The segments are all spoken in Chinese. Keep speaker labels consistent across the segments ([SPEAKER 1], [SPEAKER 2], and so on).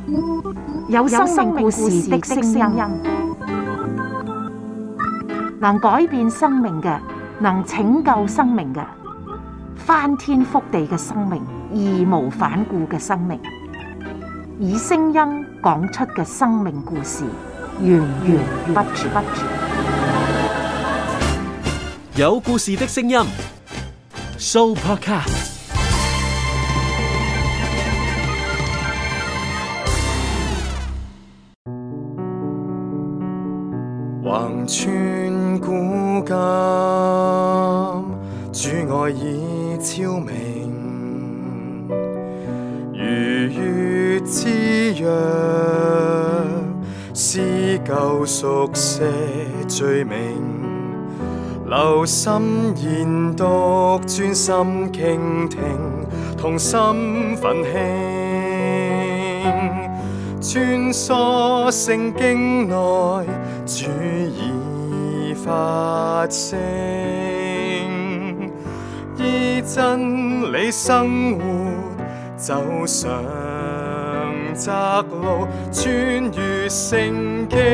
[SPEAKER 1] 有生命故事的聲音，能改變生命嘅，能拯救生命嘅，翻天覆地嘅生命，義無反顧嘅生命，以聲音講出嘅生命故事，源源不絕。
[SPEAKER 2] 有故事的聲音 ，Sooopodcast。
[SPEAKER 3] 橫穿古今，主愛已超明，如月之約，撕舊熟寫罪名，留心研讀，專心傾聽，同心奮興，穿梭聖經內，主已發聲，依真理生活，走上窄路，穿越聖經。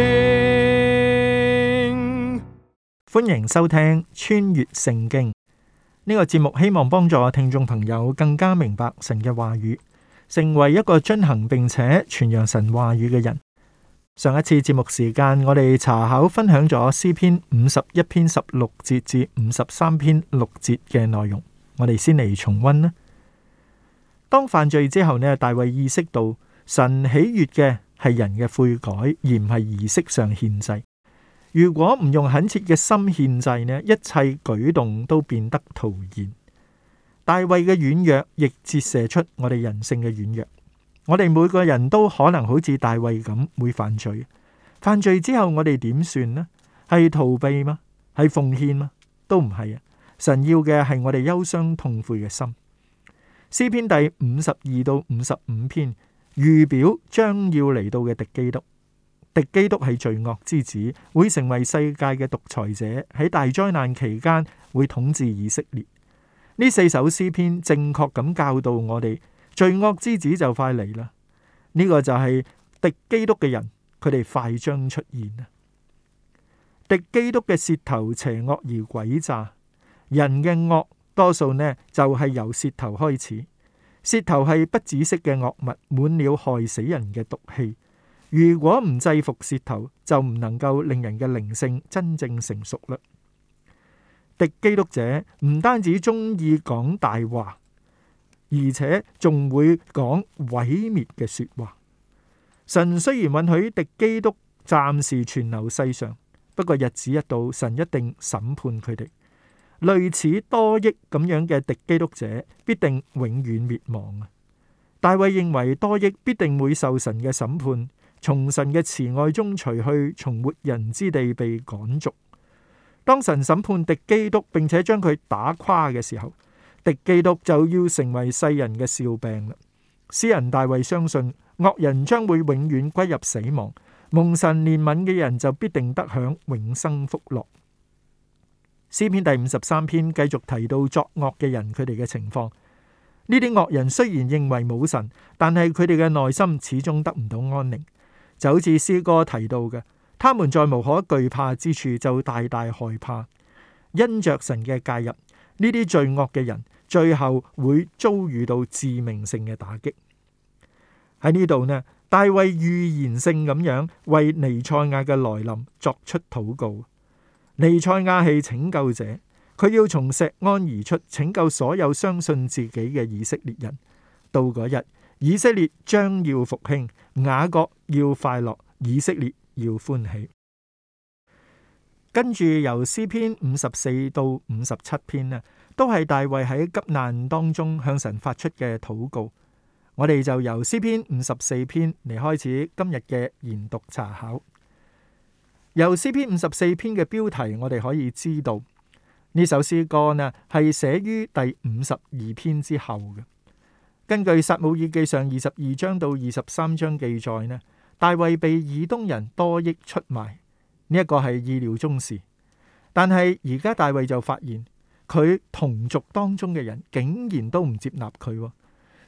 [SPEAKER 4] 歡迎收聽穿越聖經呢個節目，希望幫助聽眾朋友更加明白神嘅話語，成為一個遵行並且傳揚神話語嘅人。上一次節目時間，我哋查考分享咗詩篇51篇16節至53篇6節嘅內容，我哋先嚟重溫啦。當犯罪之後呢，大衛意識到神喜悅嘅係人嘅悔改，而唔係儀式上獻祭。如果唔用懇切嘅心獻祭呢，一切舉動都變得徒然。大衛嘅軟弱亦折射出我哋人性嘅軟弱。我哋每個人都可能好似大衛咁會犯罪。犯罪之後我哋點算呢？係逃避嗎？係奉獻嗎？都唔係啊！神要嘅係我哋憂傷痛悔嘅心。詩篇第52到55篇預表將要嚟到嘅敵基督。敵基督係罪惡之子，會成為世界嘅獨裁者，喺大災難期間會統治以色列。呢4首詩篇正確咁教導我哋，罪惡之子就快嚟啦。呢個就係敵基督嘅人，佢哋快將出現啊！敵基督嘅舌頭邪惡而詭詐，人嘅惡多數呢就係由舌頭開始。舌頭係不止息嘅惡物，滿了害死人嘅毒氣。如果唔制服舌頭，就唔能夠令人嘅靈性真正成熟啦。敵基督者唔單止中意講大話，而且仲會講毀滅嘅說話。神雖然允許敵基督暫時存留世上，不過日子一到，神一定審判佢哋。類似多益咁樣嘅敵基督者，必定永遠滅亡啊！大衛認為多益必定會受神嘅審判，從神嘅慈愛中除去，從活人之地被趕逐。當神審判敵基督，並且將佢打垮嘅時候，敵基督就要成為世人嘅笑柄啦。詩人大衛相信惡人將會永遠歸入死亡，蒙神憐憫嘅人就必定得享永生福樂。詩篇第53篇繼續提到作惡嘅人佢哋嘅情況。呢啲惡人雖然認為冇神，但係佢哋嘅內心始終得唔到安寧，就好似詩歌提到嘅，他們在無可懼怕之處就大大害怕。因着神嘅介入，呢啲罪惡嘅人最後會遭遇到致命性嘅打擊。喺呢度呢，大衛預言性咁樣為彌賽亞嘅來臨作出禱告。彌賽亞係拯救者，佢要從錫安而出，拯救所有相信自己嘅以色列人。到嗰日，以色列將要復興，雅各要快樂，以色列要歡喜。跟住由詩篇54到57篇呢，都係大衛喺急難當中向神發出嘅禱告。我哋就由詩篇54篇嚟開始今日嘅研讀查考。由詩篇54篇嘅標題，我哋可以知道呢首詩歌呢係寫於第52篇之後嘅。根據撒母耳記上22章到23章記載呢，大衛被以東人多益出賣。呢一個係意料中事，但係而家大衛就發現佢同族當中嘅人竟然都唔接納佢，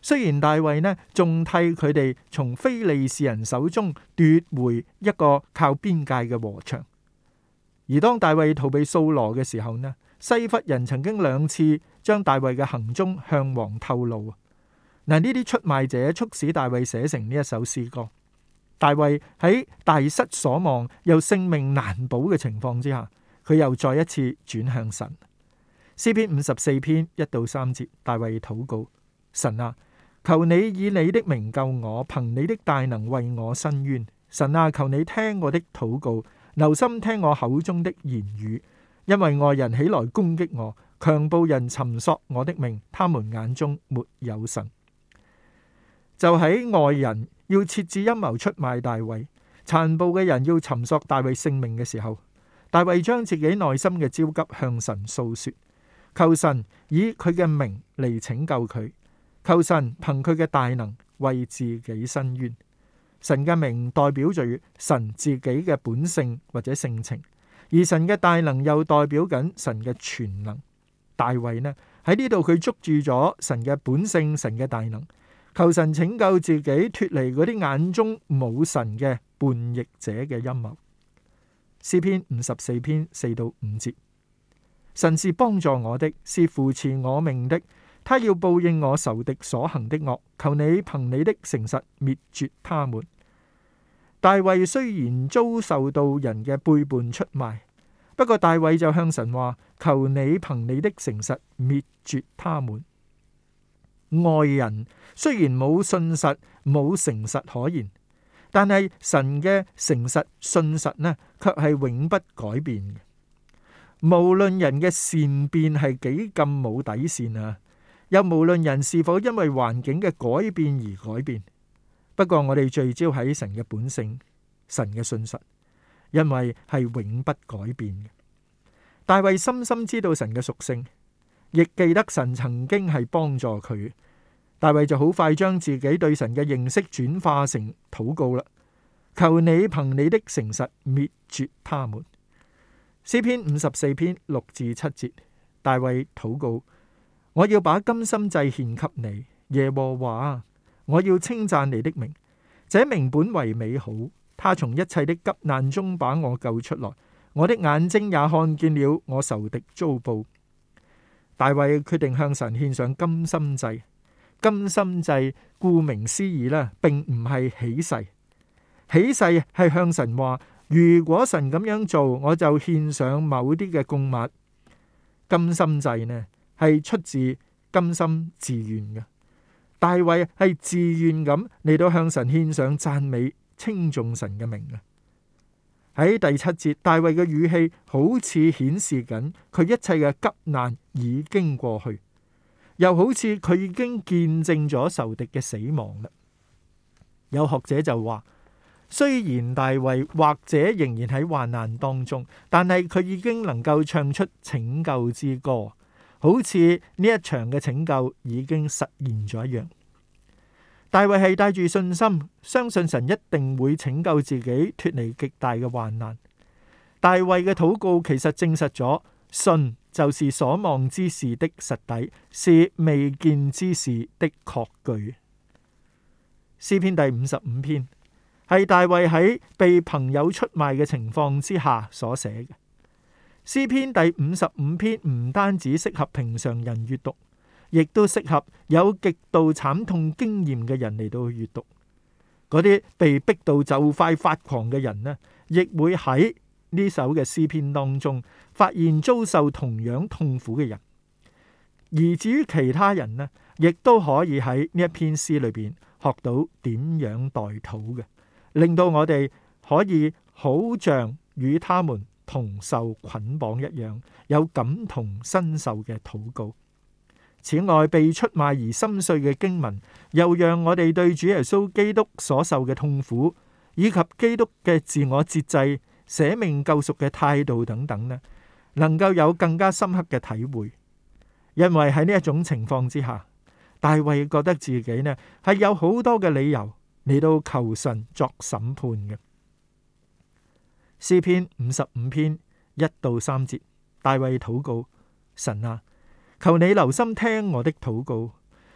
[SPEAKER 4] 雖然大衛呢仲替佢哋從非利士人手中奪回一個靠邊界嘅禾場，而當大衛逃避掃羅嘅時候呢，西弗人曾經2次將大衛嘅行蹤向王透露。嗱，呢啲出賣者促使大衛寫成呢一首詩歌。大衛喺大失所望又性命難保嘅情況之下，佢又再一次轉向神。詩篇54篇1到3節，大衛禱告：神啊，求你以你的名救我，憑你的大能為我伸冤。神啊，求你聽我的禱告，留心聽我口中的言語，因為外人起來攻擊我，強暴人尋索我的命，他們眼中沒有神。就喺外人要設置陰謀出賣大衛，殘暴嘅人要尋索大衛性命嘅時候，大衛將自己內心嘅焦急向神訴說，求神以佢嘅名嚟拯救佢，求神憑佢嘅大能為自己伸冤。神嘅名代表住神自己嘅本性或者性情，而神嘅大能又代表緊神嘅全能。大衛呢喺呢度佢捉住咗神嘅本性，神嘅大能，求神拯救自己脫離嗰啲眼中冇神嘅叛逆者嘅陰謀。詩篇54篇4到5節，神是幫助我的，是扶持我命的，他要報應我仇敵所行的惡，求你憑你的誠實滅絕他們。大衛雖然遭受到人嘅背叛出賣，不過大衛就向神話，求你憑你的誠實滅絕他們。外人雖然冇信實冇誠實可言，但係神嘅誠實信實呢，卻係永不改變嘅。無論人嘅善變係幾咁冇底線啊，又無論人是否因為環境嘅改變而改變，不過我哋聚焦喺神嘅本性，神嘅信實，因為係永不改變嘅。大衛深深知道神嘅屬性，亦記得神曾經係幫助佢。大衛就好快將自己對神嘅認識轉化成禱告啦，求你憑你的誠實滅絕他們。詩篇54篇6至7節，大衛禱告：我要把甘心祭獻給你，耶和華，我要稱讚你的名，這名本為美好，他從一切的急難中把我救出來，我的眼睛也看見了我仇敵遭報。大衛決定向神獻上甘心祭。甘心祭顧名思義啦，並唔係起誓。起誓係向神話，如果神咁樣做，我就獻上某啲嘅供物。甘心祭呢係出自甘心自願嘅。大衛係自願咁嚟到向神獻上讚美，稱頌神嘅名啊。喺第7節，大衛嘅語氣好似顯示緊佢一切嘅急難已經過去，又好似佢已經見證咗仇敵嘅死亡啦。有學者就話，雖然大衛或者仍然喺患難當中，但係佢已經能夠唱出拯救之歌，好似呢一場嘅拯救已經實現咗一樣。大衛係帶住信心，相信神一定會拯救自己脫離極大嘅患難。大衛嘅禱告其實證實咗，信就是所望之事的實底，是未見之事的確據。詩篇第55篇係大衛喺被朋友出賣嘅情況之下所寫嘅。詩篇第55篇唔單止適合平常人閱讀，亦都適合有極度慘痛經驗嘅人嚟到閱讀。嗰啲被逼到就快發狂嘅人呢，亦會喺呢首嘅詩篇當中發現遭受同樣痛苦嘅人。而至於其他人呢，亦都可以喺呢一篇詩裏邊學到點樣代禱嘅，令到我哋可以好像與他們同受捆綁一樣，有感同身受嘅禱告。此外，被出賣而心碎嘅經文，又讓我哋對主耶穌基督所受嘅痛苦，以及基督嘅自我節制、捨命救贖嘅態度等等呢，能夠有更加深刻嘅體會。因為喺呢一種情況之下，大衛覺得自己呢係有好多嘅理由嚟到求神作審判嘅。詩篇55篇1到3節，大衛禱告：神啊，求你留心聽我的禱告，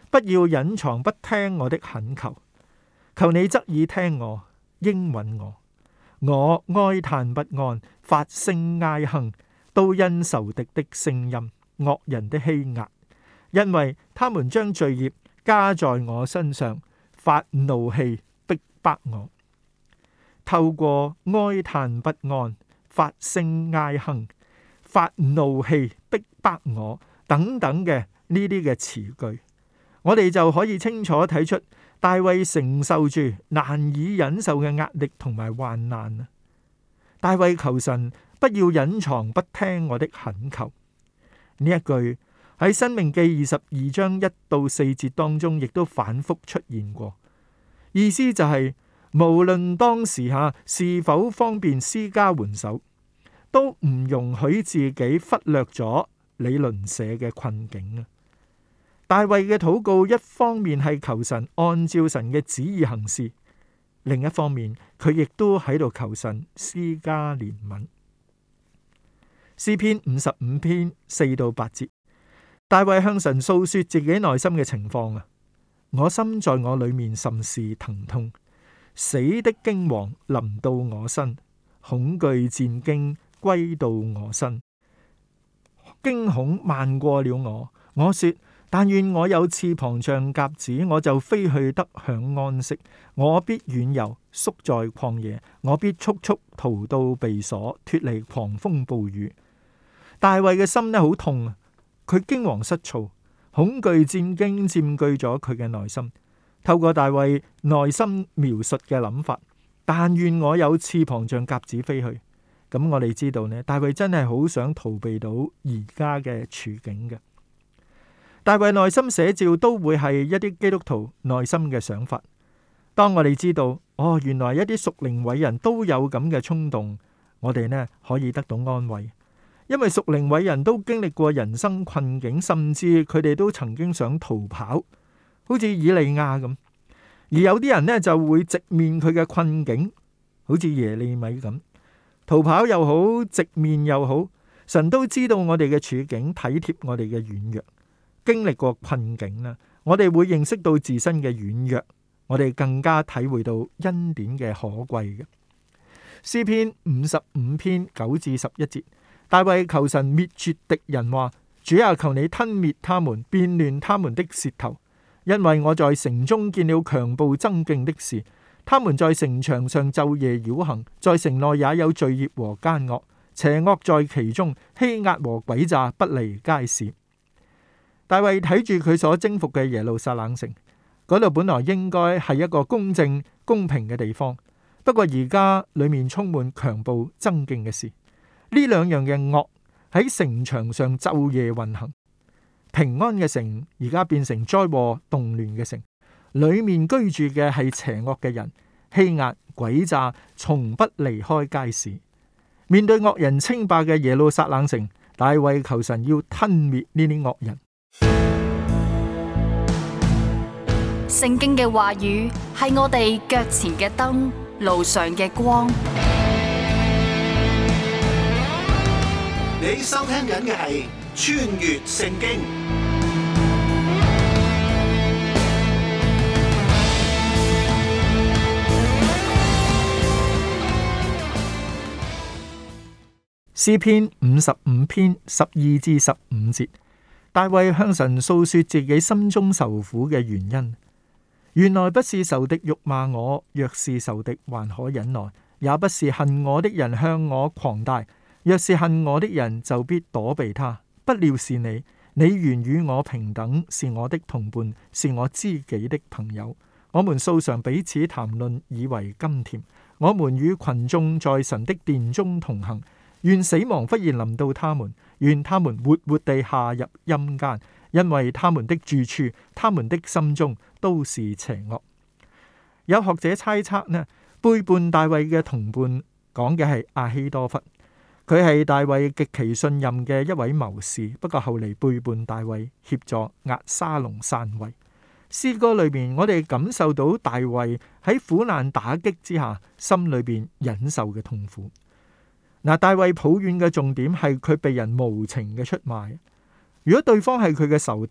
[SPEAKER 4] 不要隱藏不聽我的懇求，求你側耳聽我，應允我。我哀嘆不安，發聲哀哼，都因仇敵的聲音，惡人的欺壓，因為他們將罪孽加在我身上，發怒氣逼迫我。透過哀嘆不安、發聲哀哼、發怒氣逼迫我等等嘅呢啲嘅詞句，我哋就可以清楚睇出大衛承受住難以忍受嘅壓力同埋患難啊！大衛求神不要隱藏不聽我的懇求，呢一句喺申命記22章1到4節當中亦都反覆出現過，意思就係無論當時是否方便施加援手，都唔容許自己忽略咗你鄰舍嘅困境啊！大衛嘅禱告一方面係求神按照神嘅旨意行事，另一方面佢亦都喺度求神施加憐憫。詩篇55篇4到8節，大衛向神訴說自己內心嘅情況啊！我心在我裏面甚是疼痛，死的驚惶臨到我身，恐懼戰驚歸到我身，驚恐漫過了我。我說，但願我有翅膀像鴿子，我就飛去得享安息。我必遠遊，宿在曠野，我必速速逃到避所，脫離狂風暴雨。大衛嘅心好痛啊！佢驚惶失措，恐懼戰驚佔據咗佢嘅內心。透過大衛內心描述嘅諗法，但願我有翅膀像鴿子飛去。咁我哋知道呢，大衛真係好想逃避到而家嘅處境嘅。大衛內心寫照都會係一啲基督徒內心嘅想法。當我哋知道原來一啲屬靈偉人都有咁嘅衝動，我哋呢可以得到安慰，因為屬靈偉人都經歷過人生困境，甚至佢哋都曾經想逃跑，好似以利亞咁。而有啲人呢就會直面佢嘅困境，好似耶利米咁。逃跑又好，直面又好，神都知道我哋嘅處境，體貼我哋嘅軟弱。經歷過困境啦，我哋會認識到自身嘅軟弱，我哋更加體會到恩典嘅可貴嘅。詩篇55篇9至11節，大衛求神滅絕敵人，話：主啊，求你吞滅他們，變亂他們的舌頭，因為我在城中見了強暴爭競的事，他們在城牆上晝夜繞行，在城內也有罪孽和奸惡，邪惡在其中，欺壓和詭詐不離街市。大衛睇住佢所征服嘅耶路撒冷城，嗰度本來應該係一個公正公平嘅地方，不過而家裏面充滿強暴爭競嘅事。呢兩樣嘅惡喺城牆上晝夜運行，平安嘅城而家變成災禍動亂嘅城，裏面居住嘅係邪惡嘅人，欺壓詭詐從不離開街市。面對惡人稱霸嘅耶路撒冷城，大衛求神要吞滅呢啲惡人。
[SPEAKER 5] 聖經嘅話語係我哋腳前嘅燈，路上嘅光。
[SPEAKER 6] 你收聽緊嘅係穿越聖經。
[SPEAKER 4] 詩篇55篇12至15節，大衛向神訴說自己心中受苦嘅原因。原來不是仇敵辱罵我，若是仇敵還可忍耐，也不是恨我的人向我狂大，若是恨我的人就必躲避他。不料是你，你原與我平等，是我的同伴，是我知己的朋友。我們素常彼此談論，以為甘甜。我們與群眾在神的殿中同行。願死亡忽然臨到他們，願他們活活地下入陰間，因為他們的住處，他們的心中都是邪惡。有學者猜測呢，背叛大衛嘅同伴講嘅係亞希多弗，佢係大衛極其信任嘅一位謀士，不過後嚟背叛大衛，協助押沙龍篡位。詩歌裏面我哋感受到大衛喺苦難打擊之下，心裏邊忍受嘅痛苦。大衛抱怨嘅重點係佢被人無情嘅出賣。如果對方係佢嘅仇敵，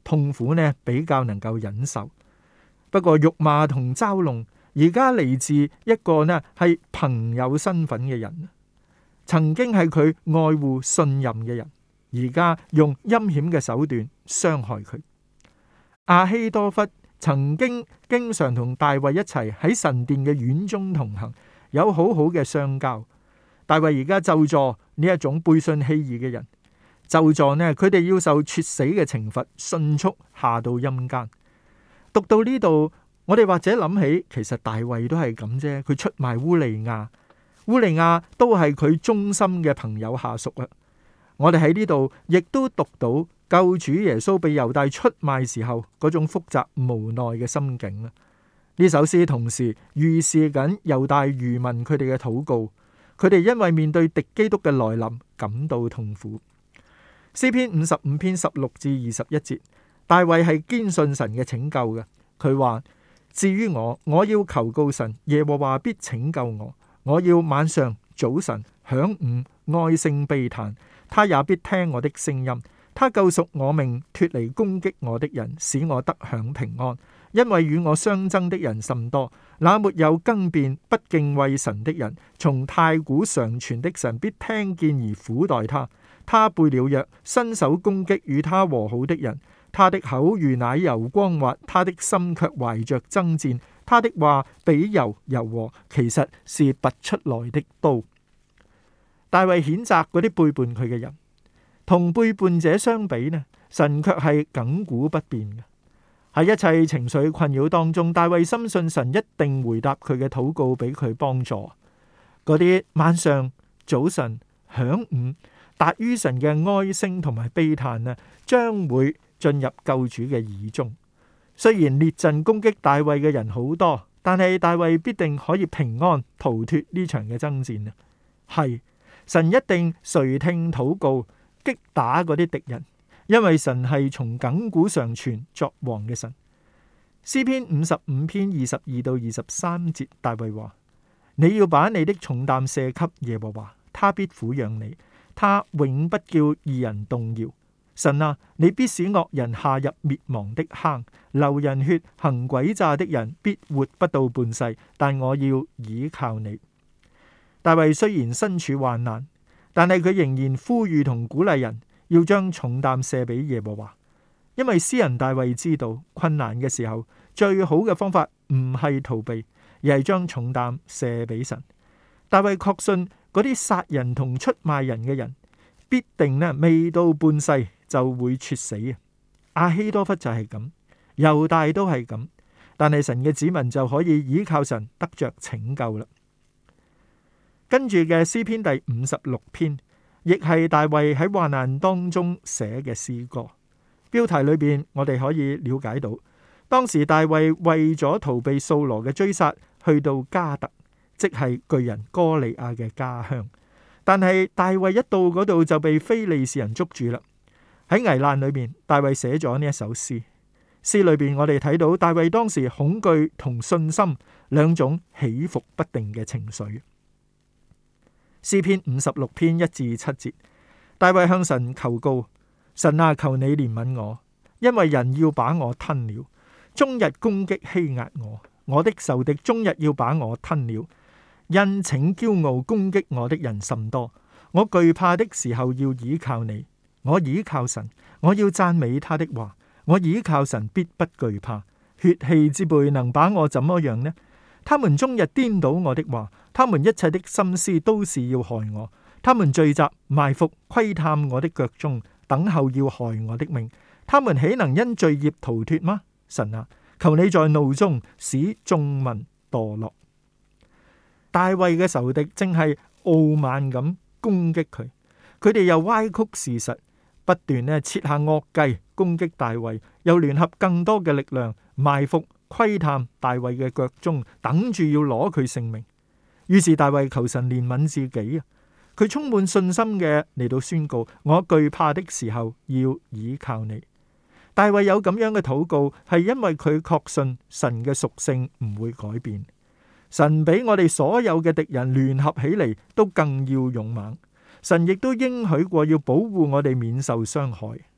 [SPEAKER 4] 痛苦呢比較能夠忍受。不過辱罵同嘲弄而家嚟自一個呢係朋友身份嘅人，曾經係佢愛護信任嘅人，而家用陰險嘅手段傷害佢。亞希多弗曾經經常同大衛一齊喺神殿嘅院中同行，有好好嘅相交。大衛而家咒詛呢一種背信棄義嘅人，咒詛呢佢哋要受處死嘅懲罰，迅速下到陰間。讀到呢度，我哋或者諗起，其實大衛都係咁啫，佢出賣烏利亞，烏利亞都係佢忠心嘅朋友下屬啦。我哋喺呢度亦都讀到救主耶穌被猶大出賣時候嗰種複雜無奈嘅心境啦。呢首詩同時預示緊猶大餘民佢哋嘅禱告，佢哋因為面對敵基督嘅來臨感到痛苦。詩篇55篇16至21節，大衛係堅信神嘅拯救嘅。佢話：至於我要求告神，耶和華必拯救我。我要晚上早晨晌午哀聲悲嘆，他也必聽我的聲音。他救贖我命，脫離攻擊我的人，使我得享平安。因為與我相爭的人甚多，那沒有更變不敬畏神的人，從太古常存的神必聽見而苦待他。他背了約，伸手攻擊與他和好的人。他的口如奶油光滑，他的心卻懷着爭戰。他的話比油柔和，其實是拔出來的刀。大衛譴責嗰啲背叛佢嘅人，同背叛者相比呢，神卻係亘古不變嘅。喺一切情緒困擾當中，大衛深信神一定回答佢嘅禱告，俾佢幫助。嗰啲晚上、早晨、晌午達於神嘅哀聲同埋悲嘆呢，將會進入救主嘅耳中。雖然列陣攻擊大衛嘅人好多，但係大衛必定可以平安逃脫呢場嘅爭戰啊！係神一定垂聽禱告，擊打嗰啲敵人，因為神係從亘古常存作王嘅神。詩篇55篇22到23節，大衛話：你要把你的重擔卸給耶和華，他必撫養你，他永不叫義人動搖。神啊，你必使惡人下入滅亡的坑，流人血行詭詐的人必活不到半世，但我要倚靠你。大衛雖然身處患難，但係佢仍然呼籲同鼓勵人要將重擔卸俾耶和華，因為詩人大衛知道困難嘅時候最好嘅方法唔係逃避，而係將重擔卸俾神。大衛確信嗰啲殺人同出賣人嘅人必定未到半世就會猝死啊！亞希多弗就係咁，猶大都係咁，但係神嘅子民就可以依靠神得着拯救啦。跟住嘅詩篇第56篇，亦係大衛喺患難當中寫嘅詩歌。標題裏邊我哋可以了解到，當時大衛為咗逃避掃羅嘅追殺，去到迦特，即係巨人歌利亞嘅家鄉。但係大衛一到嗰度就被非利士人捉住啦。喺危難裏面，大衛寫咗呢一首詩。詩裏邊我哋睇到大衛當時恐懼同信心兩種起伏不定嘅情緒。詩篇56篇1至7節，大衛向神求告：神啊，求你憐憫我，因為人要把我吞了，終日攻擊欺壓我，我的仇敵終日要把我吞了。因逞驕傲攻擊我的人甚多，我懼怕的時候要倚靠你。我倚靠神，我要讚美他的話。我倚靠神，必不懼怕。血氣之輩能把我怎麼樣呢？他們終日顛倒我的話，他們一切的心思都是要害我。他們聚集埋伏，窺探我的腳蹤，等候要害我的命。他們豈能因罪孽逃脫嗎？神啊，求你在怒中使眾民墮落。大衛嘅仇敵正係傲慢咁攻擊佢，佢哋又歪曲事實，不斷設下惡計攻擊大衛，又聯合更多嘅力量埋伏窺探大衛嘅腳蹤，等住要攞佢性命。於是大衛求神憐憫自己啊，佢充滿信心嘅嚟到宣告：我懼怕的時候要倚靠你。大衛有咁樣嘅禱告，係因為佢確信神嘅屬性唔會改變。神比我哋所有嘅敵人聯合起嚟都更要勇猛。神亦都應許過要保護我哋免受傷害。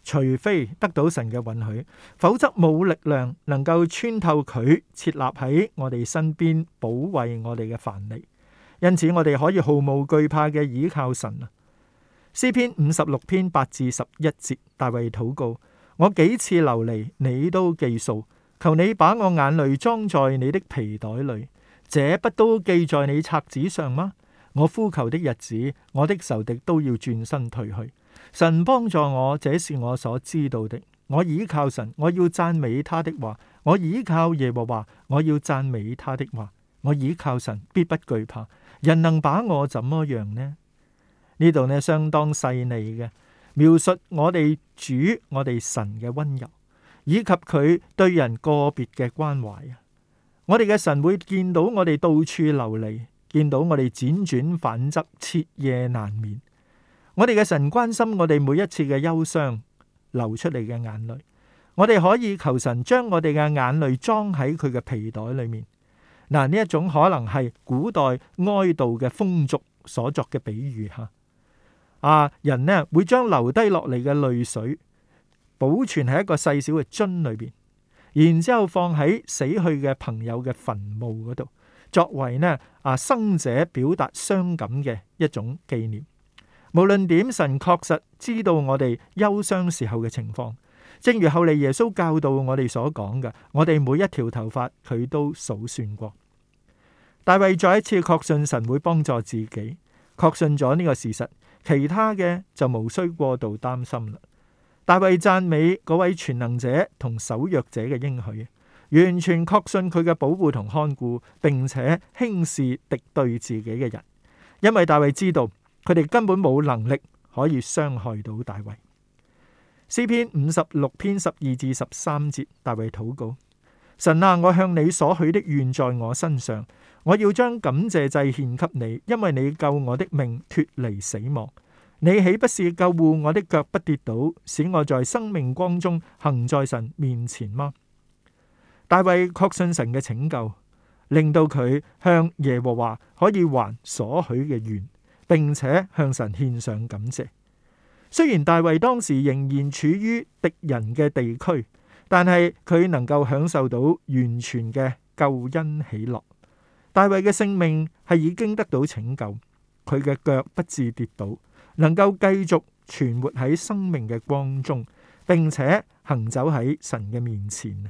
[SPEAKER 4] 除非得到神嘅允許，否則冇力量能夠穿透佢設立喺我哋身邊保衛我哋嘅藩籬。因此我哋可以毫無懼怕嘅倚靠神啊。詩篇56篇8至11節，大衛禱告：我幾次流離，你都記數，求你把我眼淚裝在你的皮袋裏，這不都記在你冊子上嗎？我呼求的日子，我的仇敵都要轉身退去。神幫助我，這是我所知道的。我倚靠神，我要讚美他的話。我倚靠耶和華，我要讚美他的話。我倚靠神，必不懼怕。人能把我怎麼樣呢？呢度呢相當細膩嘅描述我哋主、我哋神嘅溫柔，以及佢對人個別嘅關懷啊！我哋嘅神會見到我哋到處流離，見到我哋輾轉反側、徹夜難眠。我哋嘅神關心我哋每一次嘅憂傷流出嚟嘅眼淚，我哋可以求神將我哋嘅眼淚裝喺佢嘅皮袋裏面。嗱，呢一種可能係古代哀悼嘅風俗所作嘅比喻吓。人呢會將流低落嚟嘅淚水保存喺一個細小嘅樽裏邊，然之後放喺死去嘅朋友嘅墳墓嗰度，作為呢生者表達傷感嘅一種紀念。無論點，神確實知道我哋憂傷時候嘅情況，正如後嚟耶穌教導我哋所講嘅，我哋每一條頭髮佢都數算過。大衛再一次確信神會幫助自己，確信咗呢個事實，其他嘅就無需過度擔心啦。大衛讚美嗰位全能者同守約者嘅應許，完全確信佢嘅保護同看顧，並且輕視敵對自己嘅人，因為大衛知道佢哋根本冇能力可以傷害到大衛。詩篇56篇12至13節，大衛禱告：神啊，我向你所許的願在我身上，我要將感謝祭獻給你，因為你救我的命脫離死亡。你豈不是救護我的腳不跌倒，使我在生命光中行在神面前嗎？大衛確信神嘅拯救，令到佢向耶和華可以還所許嘅願，並且向神獻上感謝。雖然大衛當時仍然處於敵人嘅地區，但係佢能夠享受到完全嘅救恩喜樂。大衛嘅性命係已經得到拯救，佢嘅腳不致跌倒，能夠繼續存活喺生命嘅光中，並且行走喺神嘅面前。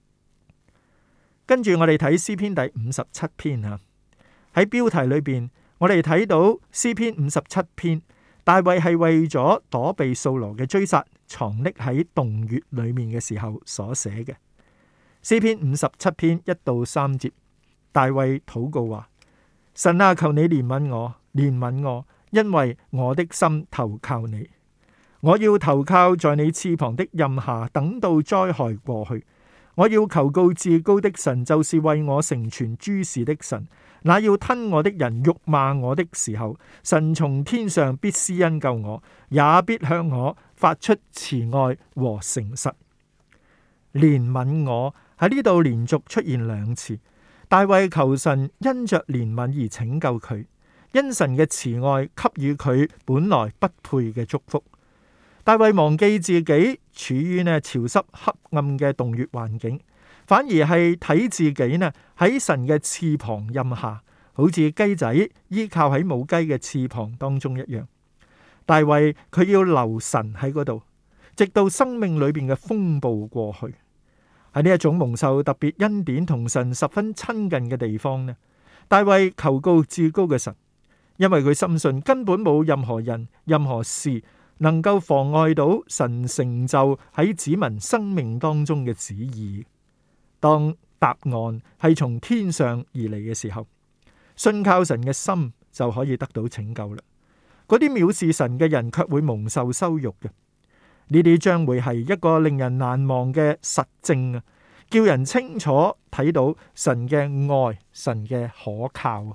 [SPEAKER 4] 跟住我哋睇詩篇第57篇啊，喺標題裏邊我哋睇到詩篇57篇，大衛係為咗躲避掃羅嘅追殺，藏匿喺洞穴裏面嘅時候所寫嘅。詩篇57篇1到3節，大衛禱告話：神啊，求你憐憫我，憐憫我，因為我的心投靠你。我要投靠在你翅膀的蔭下，等到災害過去。我要求告至高的神，就是為我成全諸事的神。那要吞我的人辱罵我的時候，神從天上必施恩救我，也必向我發出慈愛和誠實。憐憫我喺呢度連續出現2次，大衛求神因着憐憫而拯救佢，因神嘅慈愛給予佢本來不配嘅祝福。大衛忘記自己處於潮濕黑暗嘅洞穴環境，反而係睇自己喺神嘅翅膀蔭下，好似雞仔依靠喺母雞嘅翅膀當中一樣。大衛佢要留神喺嗰度，直到生命裏邊嘅風暴過去。喺呢一種蒙受特別恩典同神十分親近嘅地方呢，大衛求告至高嘅神，因為佢深信根本冇任何人、任何事能夠妨礙到神成就喺子民生命當中嘅旨意。當答案係從天上而嚟嘅時候，信靠神嘅心就可以得到拯救啦。嗰啲藐視神嘅人卻會蒙受羞辱嘅。呢啲將會係一個令人難忘嘅實證啊，叫人清楚睇到神嘅愛、神嘅可靠。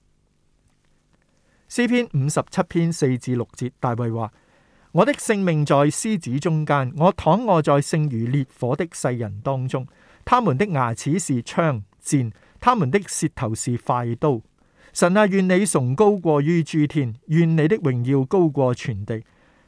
[SPEAKER 4] 詩篇57篇4至6節，大衛話：我的性命在獅子中間，我躺臥在盛如烈火的世人當中。他們的牙齒是槍箭，他們的舌頭是快刀。神啊，願你崇高過於諸天，願你的榮耀高過全地。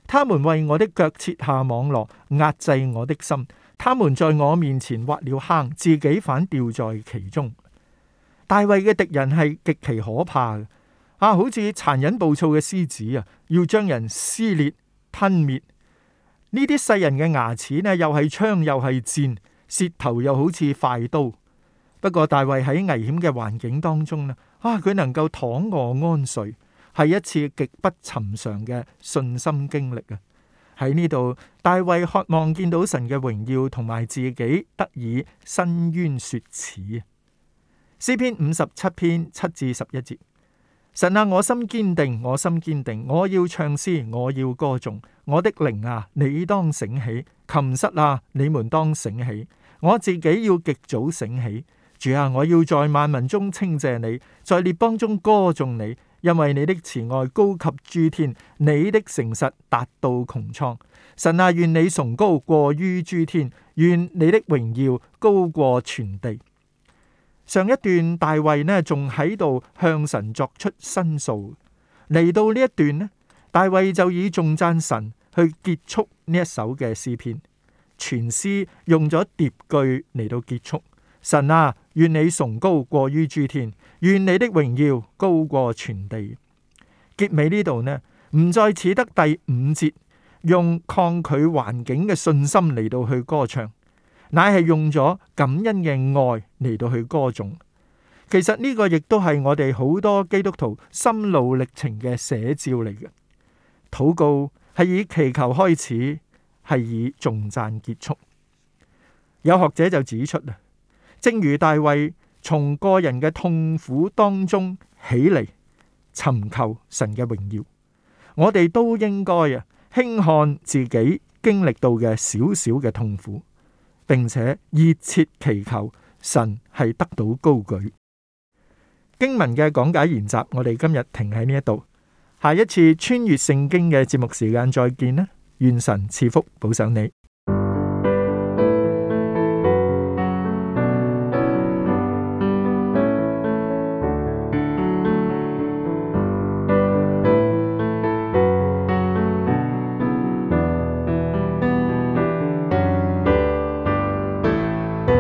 [SPEAKER 4] 他們為我的腳設下網羅，壓制我的心。他們在我面前挖了坑，自己反掉在其中。大衛嘅敵人係極其可怕嘅，好似殘忍暴躁嘅獅子啊，要將人撕裂吞滅。呢啲世人嘅牙齒呢，又係槍又係箭，舌頭又好似快刀。不過大衛喺危險嘅環境當中呢，佢能夠躺臥安睡，係一次極不尋常嘅信心經歷啊！喺呢度，大衛渴望見到神嘅榮耀，同埋自己得以伸冤雪恥。詩篇57篇7至11節：神啊，我心堅定，我心堅定，我要唱詩，我要歌頌。我的靈啊，你當醒起；琴瑟啊，你們當醒起。我自己要極早醒起。主啊，我要在萬民中稱謝你，在列邦中歌頌你，因為你的慈愛高及諸天，你的誠實達到穹蒼。神啊，願你崇高過於諸天，願你的榮耀高過全地。上一段大衛呢，仲喺度向神作出申訴，嚟到呢一段呢，大衛就以頌讚神去結束呢一首嘅詩篇。全詩用咗疊句嚟到結束。神啊，願你崇高過於諸天，願你的榮耀高過全地。結尾呢度呢，唔再似得第5節用抗拒環境嘅信心嚟到去歌唱，乃係用咗感恩嘅愛嚟到去歌頌。其實呢個亦都係我哋好多基督徒心路歷程嘅寫照嚟嘅。禱告係以祈求開始，係以頌讚結束。有學者就指出啊，正如大衛從個人嘅痛苦當中起嚟，尋求神嘅榮耀，我哋都應該輕看自己經歷到嘅少少嘅痛苦，並且熱切祈求神係得到高舉。經文嘅講解研習，我哋今日停喺呢一度，下一次穿越聖經嘅節目時間再見啦！願神賜福保守你。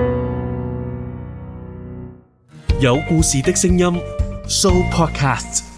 [SPEAKER 2] 有故事的聲音 Show Podcast。